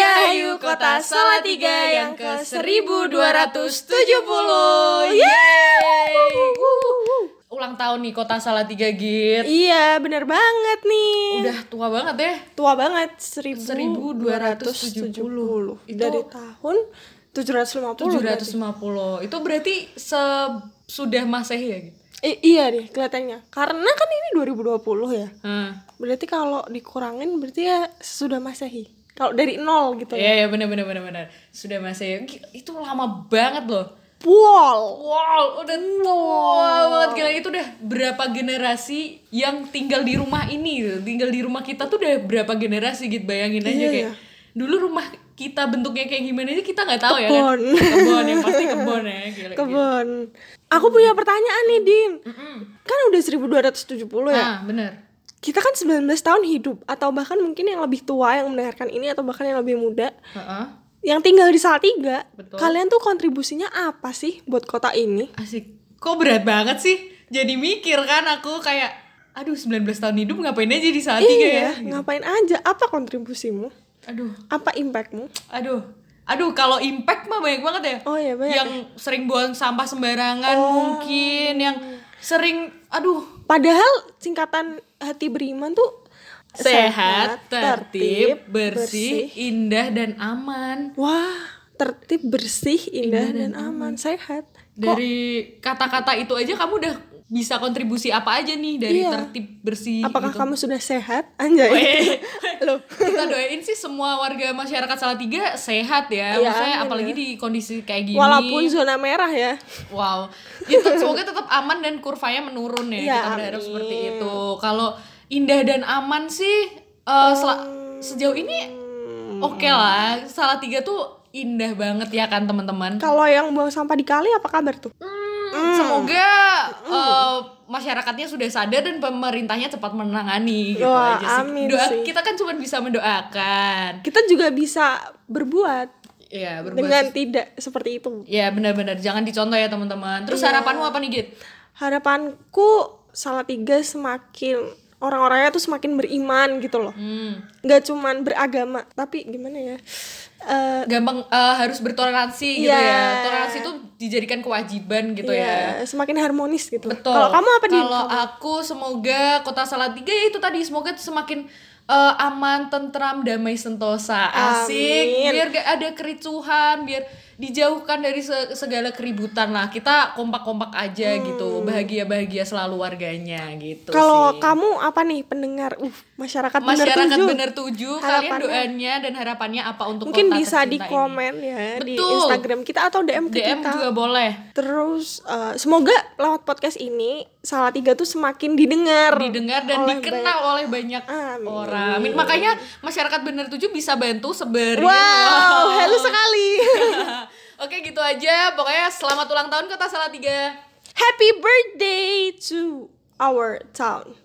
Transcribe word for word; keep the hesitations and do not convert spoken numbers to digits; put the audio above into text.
Dirgahayu Kota Salatiga yang ke seribu dua ratus tujuh puluh. Yeay! Ulang tahun nih Kota Salatiga, Git. Iya, bener banget nih. Udah tua banget ya. Tua banget, seribu dua ratus tujuh puluh. Itu dari tahun tujuh ratus lima puluh. tujuh ratus lima puluh. Itu berarti sesudah Masehi ya, Git? Eh, iya deh kelihatannya. Karena kan ini dua ribu dua puluh ya. Hmm. Berarti kalau dikurangin berarti ya sudah Masehi. Kalau dari nol gitu ya. Iya, iya benar benar benar benar. Sudah Masehi. Itu lama banget loh. Wow. Wow, udah tua banget gila. Itu udah berapa generasi yang tinggal di rumah ini gitu. Tinggal di rumah kita tuh udah berapa generasi gitu. Bayangin aja iya, kayak iya. Dulu rumah kita bentuknya kayak gimana aja kita nggak tahu kebon. Ya kan. Kebon yang pasti kebon ya. Gila, kebon. Aku punya pertanyaan nih, Din. Mm-mm. Kan udah seribu dua ratus tujuh puluh ya? Ah, bener. Kita kan sembilan belas tahun hidup. Atau bahkan mungkin yang lebih tua yang mendengarkan ini. Atau bahkan yang lebih muda. Uh-uh. Yang tinggal di Salatiga. Betul. Kalian tuh kontribusinya apa sih buat kota ini? Asik. Kok berat banget sih? Jadi mikir kan aku kayak, aduh sembilan belas tahun hidup ngapain aja di Salatiga iya, ya? Gitu. Ngapain aja? Apa kontribusimu? Aduh. Apa impactmu? Aduh. Aduh, kalau impact mah banyak banget ya. Oh iya, banyak. Yang ya? Sering buang sampah sembarangan oh. mungkin, yang sering, aduh. Padahal singkatan hati beriman tuh sehat, tertib, bersih, bersih, indah dan aman. Wah, tertib, bersih, indah, indah dan, dan aman, sehat. Dari Kok? Kata-kata itu aja kamu udah bisa kontribusi apa aja nih dari iya. tertib, bersih. Apakah gitu. Kamu sudah sehat? Anjay. Loh, kita doain sih semua warga masyarakat Salatiga sehat ya. Iya, maksudnya amin, apalagi ya. Di kondisi kayak gini. Walaupun zona merah ya. Wow. Itu semoga tetap aman dan kurvanya menurun ya. Ya, kita berharap amin. Seperti itu. Kalau indah dan aman sih uh, sel- sejauh ini oke okay lah. Salatiga tuh indah banget ya kan teman-teman. Kalau yang buang sampah di kali apa kabar tuh? Hmm, hmm. Semoga uh, masyarakatnya sudah sadar dan pemerintahnya cepat menangani gitu. Wah, aja sih. Amin Doa sih. Kita kan cuma bisa mendoakan. Kita juga bisa berbuat. Iya, berbuat dengan tidak seperti itu. Iya, benar-benar jangan dicontoh ya teman-teman. Terus ya. Harapanmu apa nih, Git? Harapanku Salatiga semakin orang-orangnya tuh semakin beriman gitu loh. Hmm. Gak cuman beragama, tapi gimana ya? Uh, Gampang uh, harus bertoleransi gitu yeah. ya. Toleransi itu dijadikan kewajiban gitu yeah. ya. Semakin harmonis gitu. Betul. Kalau kamu apa nih? Kalau aku semoga Kota Salatiga ya itu tadi semoga semakin uh, aman, tentram, damai, sentosa, asik. Amin. Biar gak ada kericuhan, biar dijauhkan dari segala keributan lah. Kita kompak-kompak aja hmm. gitu. Bahagia-bahagia selalu warganya gitu. Kalau kamu apa nih pendengar uh masyarakat, masyarakat bener tujuh, kalian doanya dan harapannya apa untuk mungkin kota bisa di tercinta komen ini? Ya Betul. Di Instagram kita atau D M ke D M kita. juga boleh. Terus uh, semoga lewat podcast ini Salatiga tuh semakin didengar didengar dan oleh dikenal banyak. Oleh banyak Amin. orang. Amin. Makanya masyarakat bener tujuh bisa bantu sebarin. Wow, wow. Halus sekali. Oke, gitu aja. Pokoknya selamat ulang tahun Kota Salatiga. Happy birthday to our town.